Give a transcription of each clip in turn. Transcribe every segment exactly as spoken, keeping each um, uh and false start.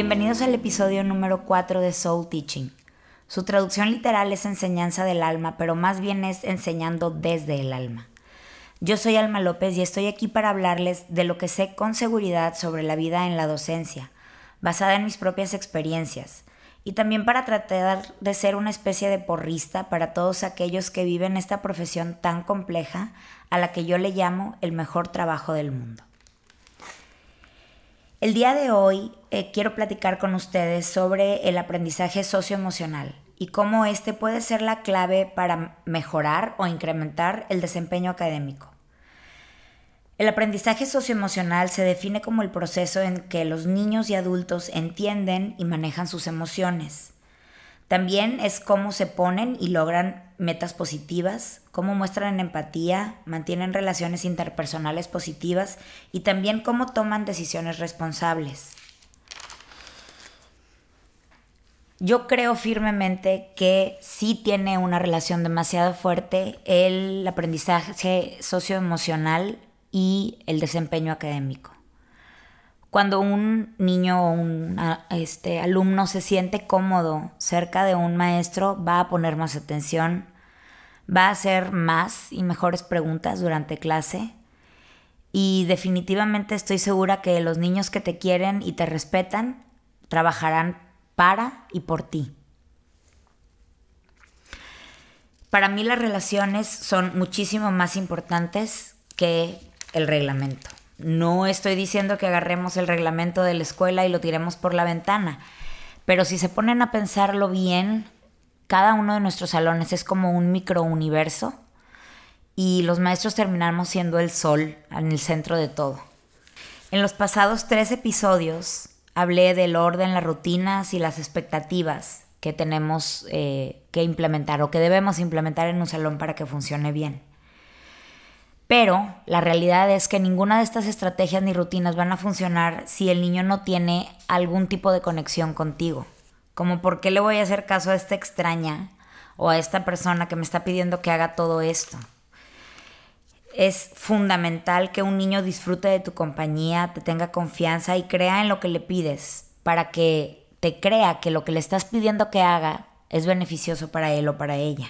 Bienvenidos al episodio número cuatro de Soul Teaching. Su traducción literal es enseñanza del alma, pero más bien es enseñando desde el alma. Yo soy Alma López y estoy aquí para hablarles de lo que sé con seguridad sobre la vida en la docencia, basada en mis propias experiencias, y también para tratar de ser una especie de porrista para todos aquellos que viven esta profesión tan compleja a la que yo le llamo el mejor trabajo del mundo. El día de hoy eh, quiero platicar con ustedes sobre el aprendizaje socioemocional y cómo este puede ser la clave para mejorar o incrementar el desempeño académico. El aprendizaje socioemocional se define como el proceso en que los niños y adultos entienden y manejan sus emociones. También es cómo se ponen y logran metas positivas, cómo muestran empatía, mantienen relaciones interpersonales positivas y también cómo toman decisiones responsables. Yo creo firmemente que sí tiene una relación demasiado fuerte el aprendizaje socioemocional y el desempeño académico. Cuando un niño o un este, alumno se siente cómodo cerca de un maestro, va a poner más atención, va a hacer más y mejores preguntas durante clase. Y definitivamente estoy segura que los niños que te quieren y te respetan trabajarán para y por ti. Para mí las relaciones son muchísimo más importantes que el reglamento. No estoy diciendo que agarremos el reglamento de la escuela y lo tiremos por la ventana, pero si se ponen a pensarlo bien, cada uno de nuestros salones es como un microuniverso y los maestros terminamos siendo el sol en el centro de todo. En los pasados tres episodios hablé del orden, las rutinas y las expectativas que tenemos eh, que implementar o que debemos implementar en un salón para que funcione bien. Pero la realidad es que ninguna de estas estrategias ni rutinas van a funcionar si el niño no tiene algún tipo de conexión contigo. Como por qué le voy a hacer caso a esta extraña o a esta persona que me está pidiendo que haga todo esto. Es fundamental que un niño disfrute de tu compañía, te tenga confianza y crea en lo que le pides para que te crea que lo que le estás pidiendo que haga es beneficioso para él o para ella.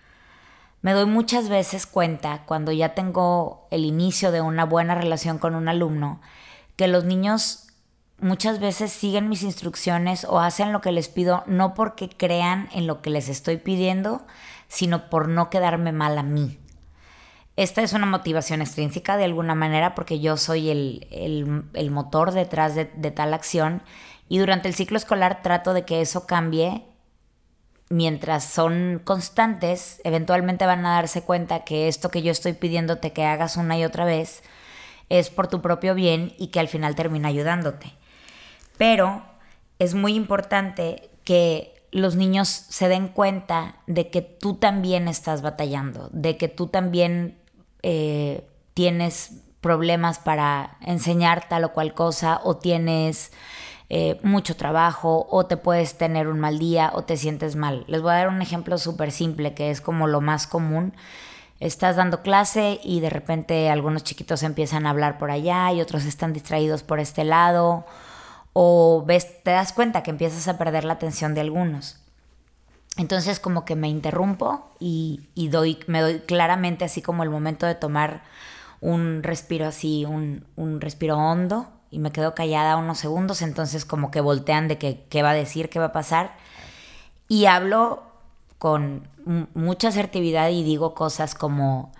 Me doy muchas veces cuenta, cuando ya tengo el inicio de una buena relación con un alumno, que los niños muchas veces siguen mis instrucciones o hacen lo que les pido no porque crean en lo que les estoy pidiendo, sino por no quedarme mal a mí. Esta es una motivación extrínseca de alguna manera porque yo soy el, el, el motor detrás de, de tal acción y durante el ciclo escolar trato de que eso cambie. Mientras son constantes, eventualmente van a darse cuenta que esto que yo estoy pidiéndote que hagas una y otra vez es por tu propio bien y que al final termina ayudándote. Pero es muy importante que los niños se den cuenta de que tú también estás batallando, de que tú también eh, tienes problemas para enseñar tal o cual cosa o tienes Eh, mucho trabajo o te puedes tener un mal día o te sientes mal. Les voy a dar un ejemplo súper simple que es como lo más común. Estás dando clase y de repente algunos chiquitos empiezan a hablar por allá y otros están distraídos por este lado o ves, te das cuenta que empiezas a perder la atención de algunos. Entonces como que me interrumpo y, y doy, me doy claramente así como el momento de tomar un respiro así, un, un respiro hondo. Y me quedo callada unos segundos, entonces como que voltean de que, qué va a decir, qué va a pasar. Y hablo con m- mucha asertividad y digo cosas como: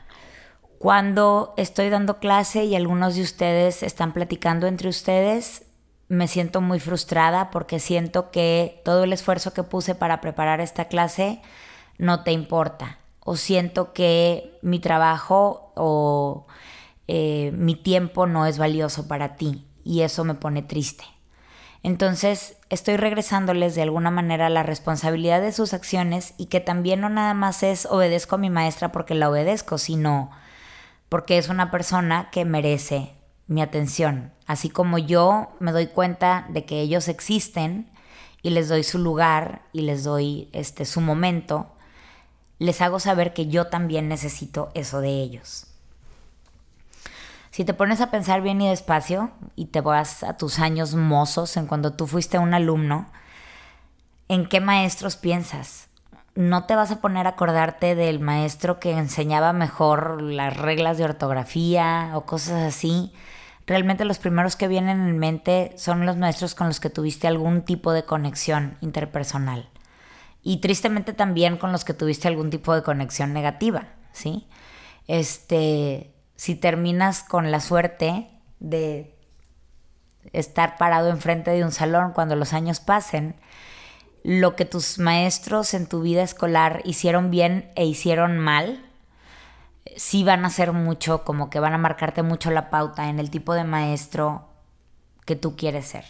cuando estoy dando clase y algunos de ustedes están platicando entre ustedes, me siento muy frustrada porque siento que todo el esfuerzo que puse para preparar esta clase no te importa. O siento que mi trabajo o eh, mi tiempo no es valioso para ti. Y eso me pone triste. Entonces estoy regresándoles de alguna manera la responsabilidad de sus acciones y que también no nada más es obedezco a mi maestra porque la obedezco, sino porque es una persona que merece mi atención. Así como yo me doy cuenta de que ellos existen y les doy su lugar y les doy este, su momento, les hago saber que yo también necesito eso de ellos. Si te pones a pensar bien y despacio y te vas a tus años mozos, en cuando tú fuiste un alumno, ¿en qué maestros piensas? No te vas a poner a acordarte del maestro que enseñaba mejor las reglas de ortografía o cosas así. Realmente los primeros que vienen en mente son los maestros con los que tuviste algún tipo de conexión interpersonal. Y tristemente también con los que tuviste algún tipo de conexión negativa, ¿sí? Este, si terminas con la suerte de estar parado enfrente de un salón cuando los años pasen, lo que tus maestros en tu vida escolar hicieron bien e hicieron mal, sí van a ser mucho, como que van a marcarte mucho la pauta en el tipo de maestro que tú quieres ser.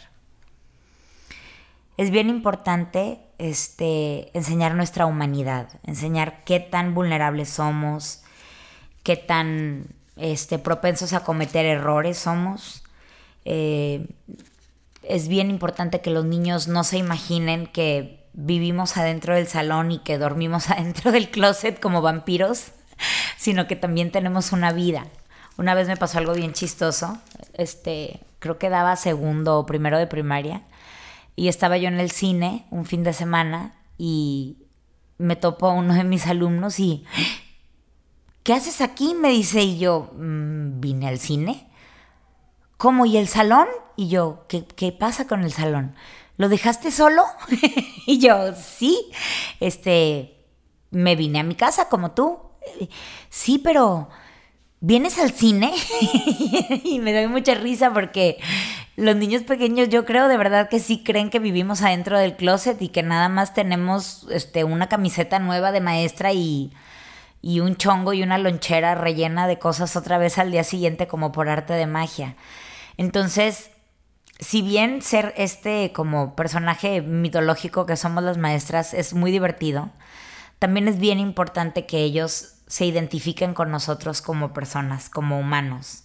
Es bien importante este, enseñar nuestra humanidad, enseñar qué tan vulnerables somos, qué tan este, propensos a cometer errores somos. Eh, es bien importante que los niños no se imaginen que vivimos adentro del salón y que dormimos adentro del closet como vampiros, sino que también tenemos una vida. Una vez me pasó algo bien chistoso. Este, creo que daba segundo o primero de primaria y estaba yo en el cine un fin de semana y me topo a uno de mis alumnos y ¿qué haces aquí? Me dice, y yo, mmm, vine al cine. ¿Cómo? ¿Y el salón? Y yo, ¿qué, qué pasa con el salón? ¿Lo dejaste solo? Y yo, sí, este, me vine a mi casa como tú. Sí, pero ¿vienes al cine? Y me doy mucha risa porque los niños pequeños yo creo de verdad que sí creen que vivimos adentro del closet y que nada más tenemos este, una camiseta nueva de maestra y, y un chongo y una lonchera rellena de cosas otra vez al día siguiente como por arte de magia. Entonces, si bien ser este como personaje mitológico que somos las maestras es muy divertido, también es bien importante que ellos se identifiquen con nosotros como personas, como humanos.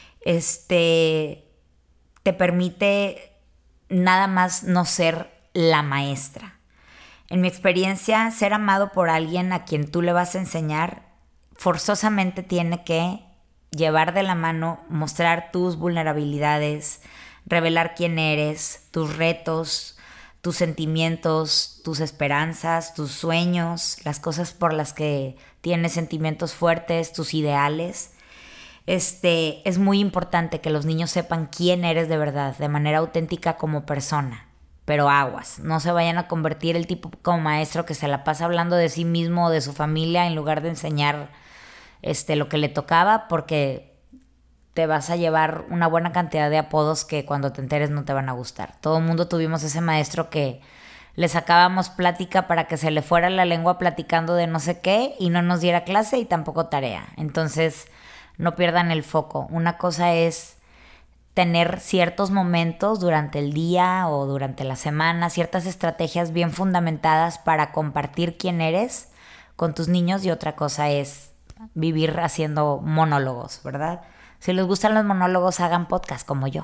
Este te permite nada más no ser la maestra. En mi experiencia, ser amado por alguien a quien tú le vas a enseñar forzosamente tiene que llevar de la mano, mostrar tus vulnerabilidades, revelar quién eres, tus retos, tus sentimientos, tus esperanzas, tus sueños, las cosas por las que tienes sentimientos fuertes, tus ideales. Este, es muy importante que los niños sepan quién eres de verdad, de manera auténtica como persona. Pero aguas, no se vayan a convertir el tipo como maestro que se la pasa hablando de sí mismo o de su familia en lugar de enseñar este, lo que le tocaba, porque te vas a llevar una buena cantidad de apodos que cuando te enteres no te van a gustar. Todo el mundo tuvimos ese maestro que le sacábamos plática para que se le fuera la lengua platicando de no sé qué y no nos diera clase y tampoco tarea. Entonces, no pierdan el foco. Una cosa es tener ciertos momentos durante el día o durante la semana, ciertas estrategias bien fundamentadas para compartir quién eres con tus niños, y otra cosa es vivir haciendo monólogos, ¿verdad? Si les gustan los monólogos, hagan podcast como yo.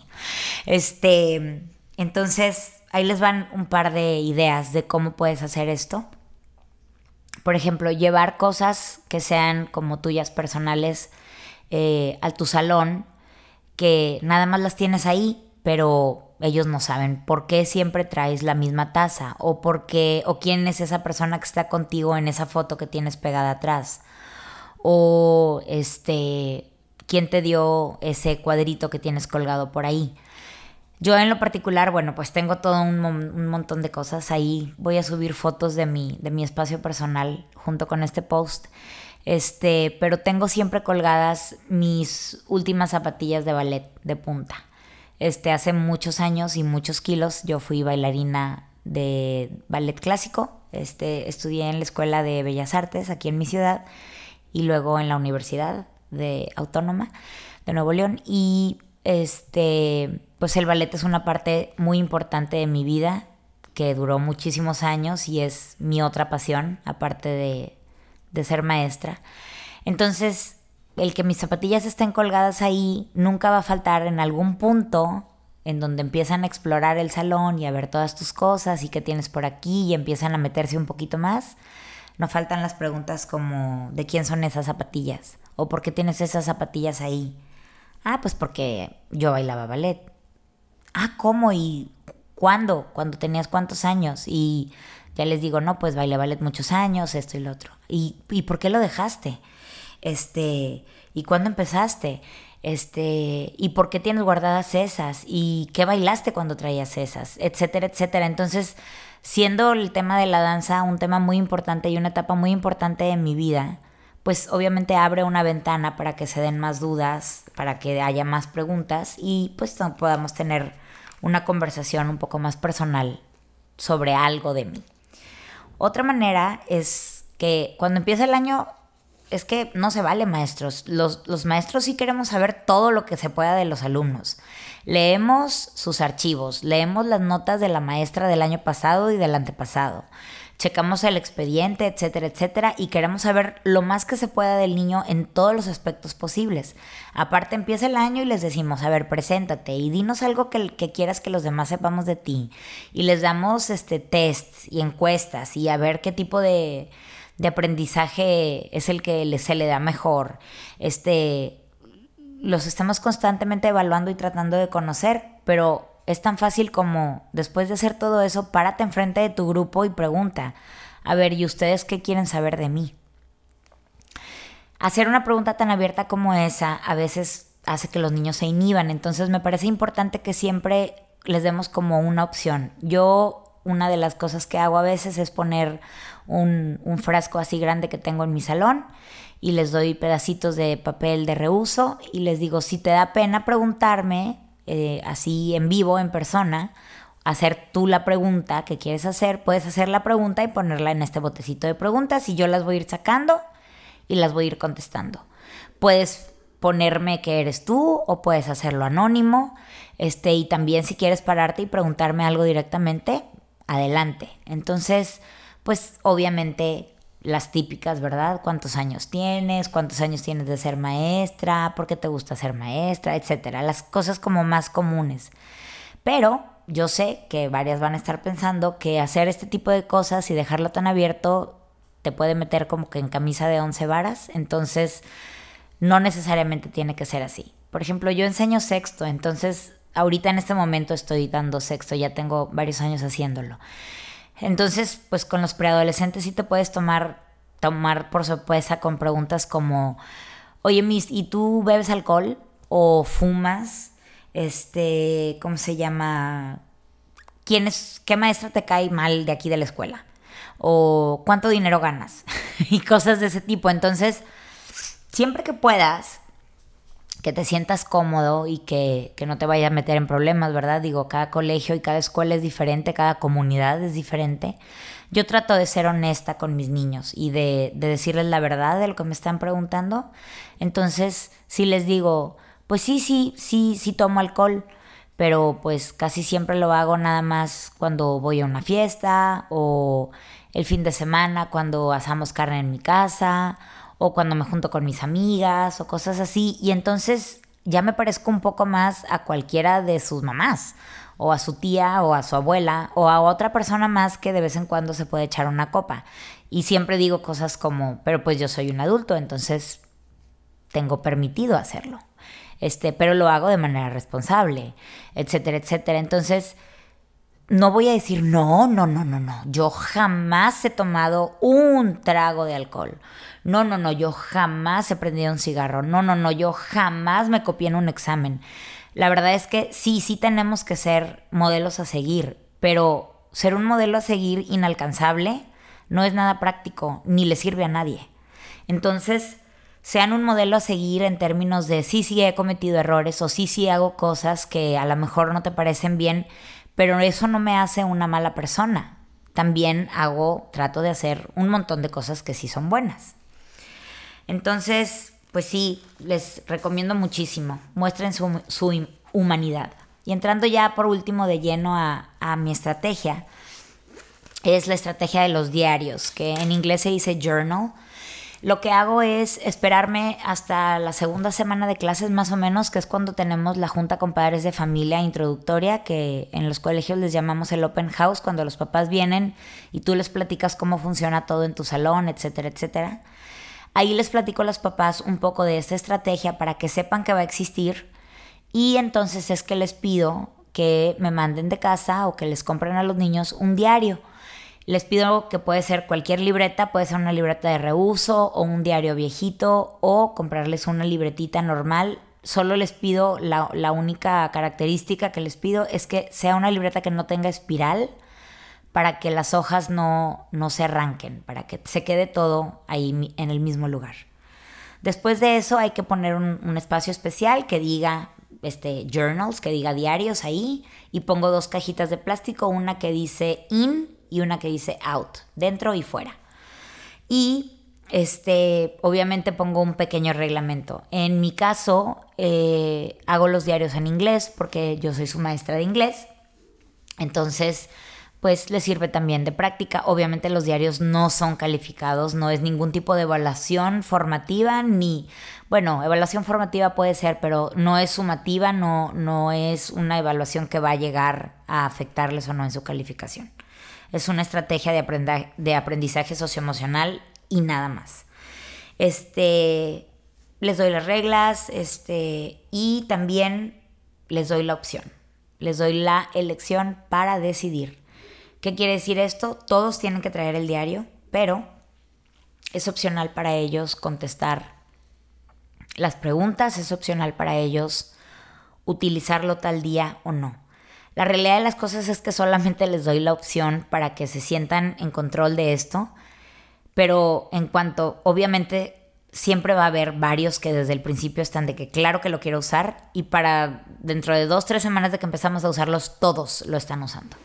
Este, entonces, ahí les van un par de ideas de cómo puedes hacer esto. Por ejemplo, llevar cosas que sean como tuyas personales eh, a tu salón, que nada más las tienes ahí, pero ellos no saben por qué siempre traes la misma taza o por qué, o quién es esa persona que está contigo en esa foto que tienes pegada atrás, o este, quién te dio ese cuadrito que tienes colgado por ahí. Yo en lo particular, bueno, pues tengo todo un, un montón de cosas ahí. Voy a subir fotos de mi, de mi espacio personal junto con este post. Este, pero tengo siempre colgadas mis últimas zapatillas de ballet de punta. Este, hace muchos años y muchos kilos yo fui bailarina de ballet clásico. Este, estudié en la Escuela de Bellas Artes aquí en mi ciudad y luego en la Universidad de Autónoma de Nuevo León. Y este, pues el ballet es una parte muy importante de mi vida que duró muchísimos años y es mi otra pasión, aparte de de ser maestra. Entonces, el que mis zapatillas estén colgadas ahí nunca va a faltar en algún punto en donde empiezan a explorar el salón y a ver todas tus cosas y qué tienes por aquí y empiezan a meterse un poquito más. No faltan las preguntas como ¿de quién son esas zapatillas? ¿O por qué tienes esas zapatillas ahí? Ah, pues porque yo bailaba ballet. Ah, ¿cómo? ¿Y cuándo? ¿Cuándo tenías cuántos años? Y ya les digo, no, pues bailé ballet muchos años, esto y lo otro. ¿Y, y por qué lo dejaste? Este, ¿y cuándo empezaste? Este, ¿y por qué tienes guardadas esas? ¿Y qué bailaste cuando traías esas? Etcétera, etcétera. Entonces, siendo el tema de la danza un tema muy importante y una etapa muy importante de mi vida, pues obviamente abre una ventana para que se den más dudas, para que haya más preguntas y pues podamos tener una conversación un poco más personal sobre algo de mí. Otra manera es que cuando empieza el año, es que no se vale, maestros. Los, los maestros sí queremos saber todo lo que se pueda de los alumnos. Leemos sus archivos, leemos las notas de la maestra del año pasado y del antepasado. Checamos el expediente, etcétera, etcétera, y queremos saber lo más que se pueda del niño en todos los aspectos posibles. Aparte, empieza el año y les decimos, a ver, preséntate y dinos algo que, que quieras que los demás sepamos de ti. Y les damos este, tests y encuestas y a ver qué tipo de, de aprendizaje es el que les, se le da mejor. Este, los estamos constantemente evaluando y tratando de conocer, pero es tan fácil como, después de hacer todo eso, párate enfrente de tu grupo y pregunta, a ver, ¿y ustedes qué quieren saber de mí? Hacer una pregunta tan abierta como esa a veces hace que los niños se inhiban, entonces me parece importante que siempre les demos como una opción. Yo, una de las cosas que hago a veces es poner un, un frasco así grande que tengo en mi salón y les doy pedacitos de papel de reuso y les digo, si te da pena preguntarme, Eh, así en vivo, en persona, hacer tú la pregunta que quieres hacer, puedes hacer la pregunta y ponerla en este botecito de preguntas y yo las voy a ir sacando y las voy a ir contestando. Puedes ponerme que eres tú o puedes hacerlo anónimo, este, y también si quieres pararte y preguntarme algo directamente, adelante. Entonces, pues obviamente las típicas, ¿verdad? ¿Cuántos años tienes? ¿Cuántos años tienes de ser maestra? ¿Por qué te gusta ser maestra? Etcétera. Las cosas como más comunes. Pero yo sé que varias van a estar pensando que hacer este tipo de cosas y dejarlo tan abierto te puede meter como que en camisa de once varas. Entonces, no necesariamente tiene que ser así. Por ejemplo, yo enseño sexto, entonces ahorita en este momento estoy dando sexto, ya tengo varios años haciéndolo. Entonces, pues con los preadolescentes sí te puedes tomar, tomar por sorpresa con preguntas como, oye, Miss, ¿y tú bebes alcohol? ¿O fumas? Este, ¿cómo se llama? ¿Quién es, qué maestra te cae mal de aquí de la escuela? ¿O cuánto dinero ganas? Y cosas de ese tipo. Entonces, siempre que puedas, que te sientas cómodo y que, que no te vayas a meter en problemas, ¿verdad? Digo, cada colegio y cada escuela es diferente, cada comunidad es diferente. Yo trato de ser honesta con mis niños y de, de decirles la verdad de lo que me están preguntando. Entonces, si les digo, pues sí, sí, sí, sí tomo alcohol, pero pues casi siempre lo hago nada más cuando voy a una fiesta o el fin de semana cuando asamos carne en mi casa o cuando me junto con mis amigas o cosas así, y entonces ya me parezco un poco más a cualquiera de sus mamás o a su tía o a su abuela o a otra persona más que de vez en cuando se puede echar una copa. Y siempre digo cosas como, pero pues yo soy un adulto, entonces tengo permitido hacerlo, este, pero lo hago de manera responsable, etcétera, etcétera. Entonces no voy a decir, no, no, no, no, no, yo jamás he tomado un trago de alcohol. No, no, no, yo jamás he prendido un cigarro. No, no, no, yo jamás me copié en un examen. La verdad es que sí, sí tenemos que ser modelos a seguir, pero ser un modelo a seguir inalcanzable no es nada práctico, ni le sirve a nadie. Entonces, sean un modelo a seguir en términos de sí, sí he cometido errores o sí, sí hago cosas que a lo mejor no te parecen bien, pero eso no me hace una mala persona. También hago, trato de hacer un montón de cosas que sí son buenas. Entonces, pues sí, les recomiendo muchísimo. Muestren su, su humanidad. Y entrando ya por último de lleno a, a mi estrategia, es la estrategia de los diarios, que en inglés se dice journal. Lo que hago es esperarme hasta la segunda semana de clases más o menos, que es cuando tenemos la junta con padres de familia introductoria, que en los colegios les llamamos el open house, cuando los papás vienen y tú les platicas cómo funciona todo en tu salón, etcétera, etcétera. Ahí les platico a los papás un poco de esta estrategia para que sepan que va a existir, Y entonces es que les pido que me manden de casa o que les compren a los niños un diario. Les pido que puede ser cualquier libreta, puede ser una libreta de reuso o un diario viejito o comprarles una libretita normal. Solo les pido, la, la única característica que les pido es que sea una libreta que no tenga espiral para que las hojas no, no se arranquen, para que se quede todo ahí en el mismo lugar. Después de eso hay que poner un, un espacio especial que diga este, journals, que diga diarios ahí, y pongo dos cajitas de plástico, una que dice in y una que dice out, dentro y fuera. Y este, obviamente pongo un pequeño reglamento. En mi caso, eh, hago los diarios en inglés porque yo soy su maestra de inglés. Entonces, pues les sirve también de práctica. Obviamente los diarios no son calificados, no es ningún tipo de evaluación formativa, ni, bueno, evaluación formativa puede ser, pero no es sumativa, no, no es una evaluación que va a llegar a afectarles o no en su calificación. Es una estrategia de, aprenda- de aprendizaje socioemocional y nada más. Este, les doy las reglas, este, y también les doy la opción. Les doy la elección para decidir. ¿Qué quiere decir esto? Todos tienen que traer el diario, pero es opcional para ellos contestar las preguntas, es opcional para ellos utilizarlo tal día o no. La realidad de las cosas es que solamente les doy la opción para que se sientan en control de esto, pero en cuanto, obviamente, siempre va a haber varios que desde el principio están de que claro que lo quiero usar y para dentro de dos, tres semanas de que empezamos a usarlos, todos lo están usando.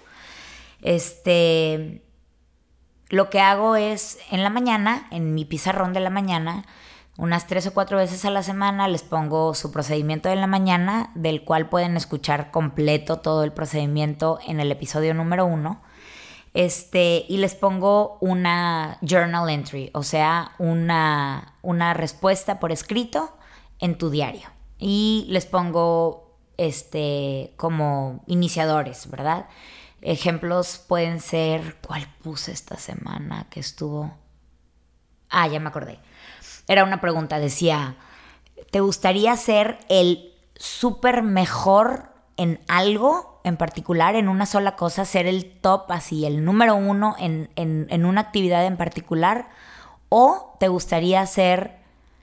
Este, lo que hago es en la mañana, en mi pizarrón de la mañana, unas tres o cuatro veces a la semana les pongo su procedimiento de la mañana, del cual pueden escuchar completo todo el procedimiento en el episodio número uno. Este, y les pongo una journal entry, o sea, una, una respuesta por escrito en tu diario. Y les pongo este, como iniciadores, ¿verdad? Ejemplos pueden ser, ¿cuál puse esta semana que estuvo? Ah, ya me acordé. Era una pregunta, decía, ¿te gustaría ser el súper mejor en algo en particular, en una sola cosa, ser el top, así, el número uno en, en, en una actividad en particular? ¿O te gustaría ser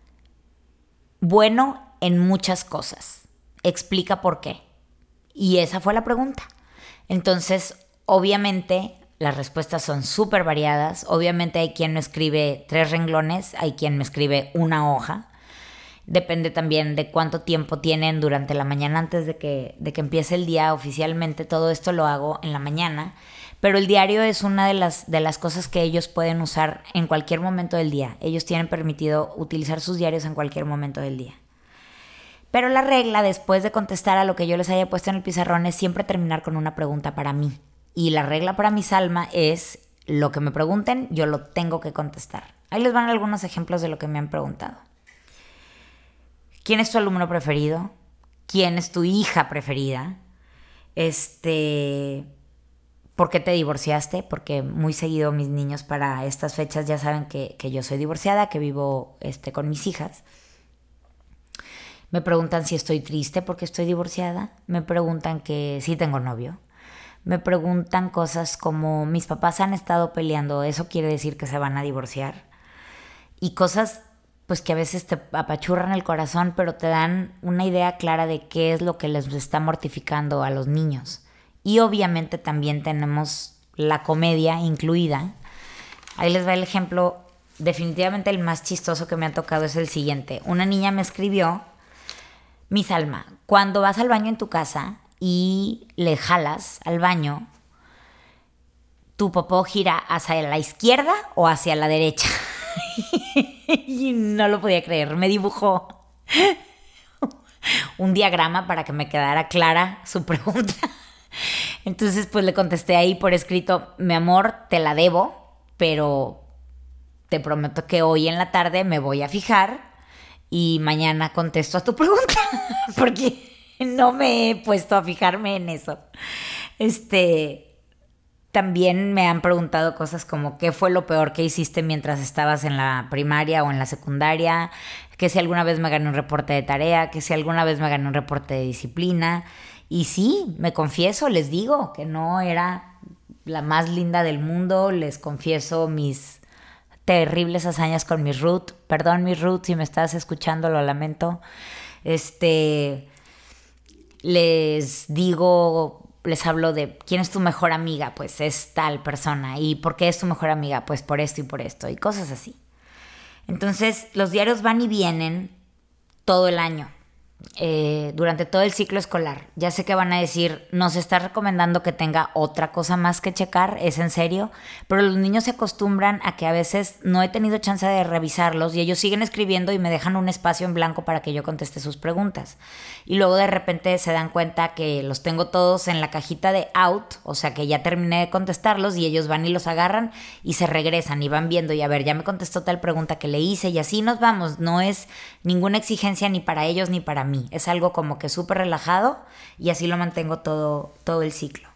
bueno en muchas cosas? Explica por qué. Y esa fue la pregunta. Entonces, obviamente, las respuestas son súper variadas. Obviamente hay quien me escribe tres renglones, hay quien me escribe una hoja. Depende también de cuánto tiempo tienen durante la mañana antes de que, de que empiece el día oficialmente. Todo esto lo hago en la mañana. Pero el diario es una de las, de las cosas que ellos pueden usar en cualquier momento del día. Ellos tienen permitido utilizar sus diarios en cualquier momento del día. Pero la regla, después de contestar a lo que yo les haya puesto en el pizarrón, es siempre terminar con una pregunta para mí. Y la regla para mi Salma es, lo que me pregunten, yo lo tengo que contestar. Ahí les van algunos ejemplos de lo que me han preguntado. ¿Quién es tu alumno preferido? ¿Quién es tu hija preferida? Este, ¿por qué te divorciaste? Porque muy seguido mis niños para estas fechas ya saben que, que yo soy divorciada, que vivo este, con mis hijas. Me preguntan si estoy triste porque estoy divorciada. Me preguntan que si tengo novio. Me preguntan cosas como mis papás han estado peleando, ¿eso quiere decir que se van a divorciar? Y cosas pues que a veces te apachurran el corazón, pero te dan una idea clara de qué es lo que les está mortificando a los niños. Y obviamente también tenemos la comedia incluida. Ahí les va el ejemplo. Definitivamente el más chistoso que me ha tocado es el siguiente. Una niña me escribió: mi Salma, cuando vas al baño en tu casa y le jalas al baño, ¿tu popó gira hacia la izquierda o hacia la derecha? Y no lo podía creer. Me dibujó un diagrama para que me quedara clara su pregunta. Entonces pues le contesté ahí por escrito: mi amor, te la debo, pero te prometo que hoy en la tarde me voy a fijar y mañana contesto a tu pregunta, porque no me he puesto a fijarme en eso. Este, también me han preguntado cosas como qué fue lo peor que hiciste mientras estabas en la primaria o en la secundaria, que si alguna vez me gané un reporte de tarea, que si alguna vez me gané un reporte de disciplina. Y sí, me confieso, les digo que no era la más linda del mundo, les confieso mis terribles hazañas con Miss Ruth. Perdón, Miss Ruth, si me estás escuchando, lo lamento. Este, les digo... Les hablo de quién es tu mejor amiga, pues es tal persona. ¿Y por qué es tu mejor amiga? Pues por esto y por esto, y cosas así. Entonces, los diarios van y vienen todo el año, eh, durante todo el ciclo escolar. Ya sé que van a decir, nos está recomendando que tenga otra cosa más que checar, ¿es en serio? Pero los niños se acostumbran a que a veces no he tenido chance de revisarlos y ellos siguen escribiendo y me dejan un espacio en blanco para que yo conteste sus preguntas. Y luego de repente se dan cuenta que los tengo todos en la cajita de out, o sea que ya terminé de contestarlos y ellos van y los agarran y se regresan y van viendo y a ver, ya me contestó tal pregunta que le hice y así nos vamos. No es ninguna exigencia ni para ellos ni para mí. Es algo como que súper relajado y así lo mantengo todo, todo el ciclo.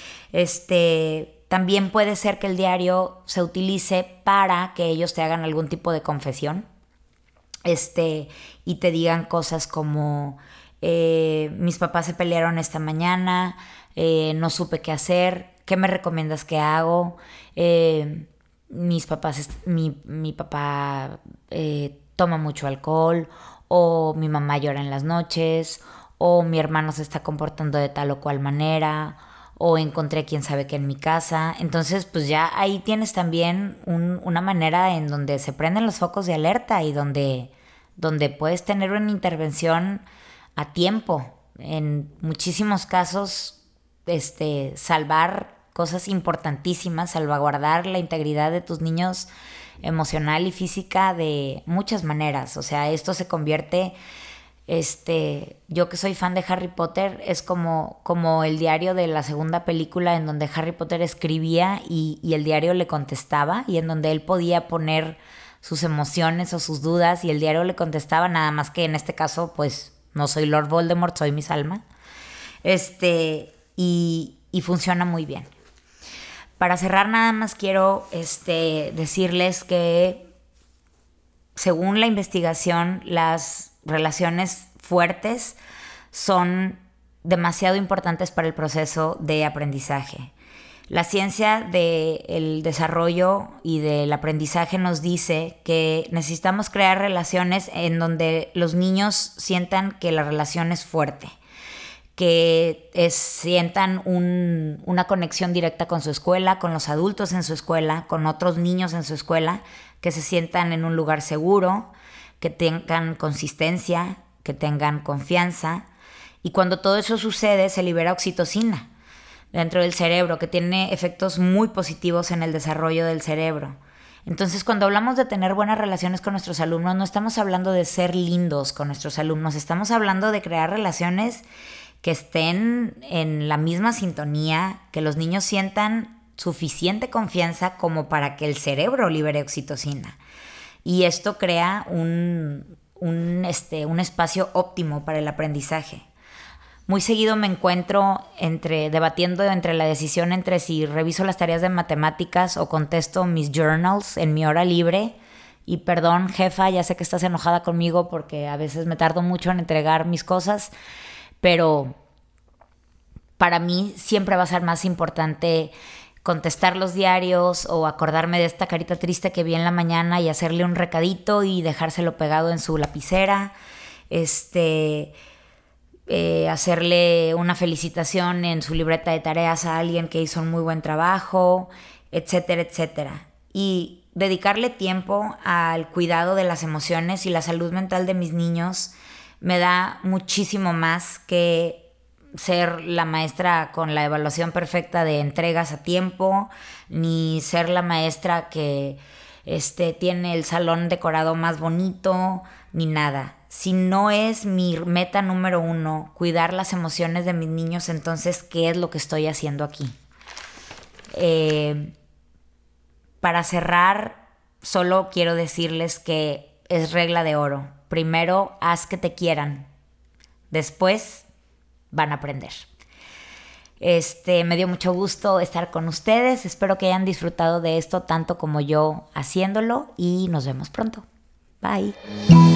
Este, también puede ser que el diario se utilice para que ellos te hagan algún tipo de confesión, este, y te digan cosas como... Eh, mis papás se pelearon esta mañana, eh, no supe qué hacer, ¿qué me recomiendas que hago? Eh, mis papás, mi, mi papá eh, toma mucho alcohol, o mi mamá llora en las noches, o mi hermano se está comportando de tal o cual manera, o encontré quién sabe qué en mi casa. Entonces, pues ya ahí tienes también un, una manera en donde se prenden los focos de alerta y donde, donde puedes tener una intervención a tiempo. En muchísimos casos, este, salvar cosas importantísimas, salvaguardar la integridad de tus niños emocional y física de muchas maneras. O sea, esto se convierte, este, yo que soy fan de Harry Potter, es como, como el diario de la segunda película en donde Harry Potter escribía y, y el diario le contestaba y en donde él podía poner sus emociones o sus dudas y el diario le contestaba, nada más que en este caso, pues, no soy Lord Voldemort, soy Miss Alma. Este, y, y funciona muy bien. Para cerrar, nada más quiero este, decirles que, según la investigación, las relaciones fuertes son demasiado importantes para el proceso de aprendizaje. La ciencia del desarrollo y del aprendizaje nos dice que necesitamos crear relaciones en donde los niños sientan que la relación es fuerte, que es, sientan un, una conexión directa con su escuela, con los adultos en su escuela, con otros niños en su escuela, que se sientan en un lugar seguro, que tengan consistencia, que tengan confianza. Y cuando todo eso sucede, se libera oxitocina dentro del cerebro, que tiene efectos muy positivos en el desarrollo del cerebro. Entonces, cuando hablamos de tener buenas relaciones con nuestros alumnos, no estamos hablando de ser lindos con nuestros alumnos, estamos hablando de crear relaciones que estén en la misma sintonía, que los niños sientan suficiente confianza como para que el cerebro libere oxitocina. Y esto crea un, un, este, un espacio óptimo para el aprendizaje. Muy seguido me encuentro entre, debatiendo entre la decisión entre si reviso las tareas de matemáticas o contesto mis journals en mi hora libre. Y perdón, jefa, ya sé que estás enojada conmigo porque a veces me tardo mucho en entregar mis cosas, pero para mí siempre va a ser más importante contestar los diarios o acordarme de esta carita triste que vi en la mañana y hacerle un recadito y dejárselo pegado en su lapicera. Este... Eh, hacerle una felicitación en su libreta de tareas a alguien que hizo un muy buen trabajo, etcétera, etcétera. Y dedicarle tiempo al cuidado de las emociones y la salud mental de mis niños me da muchísimo más que ser la maestra con la evaluación perfecta de entregas a tiempo, ni ser la maestra que este, tiene el salón decorado más bonito, ni nada. Si no es mi meta número uno, cuidar las emociones de mis niños, entonces, ¿qué es lo que estoy haciendo aquí? Eh, para cerrar, solo quiero decirles que es regla de oro. Primero, haz que te quieran. Después, van a aprender. Este, me dio mucho gusto estar con ustedes. Espero que hayan disfrutado de esto tanto como yo haciéndolo y nos vemos pronto. Bye.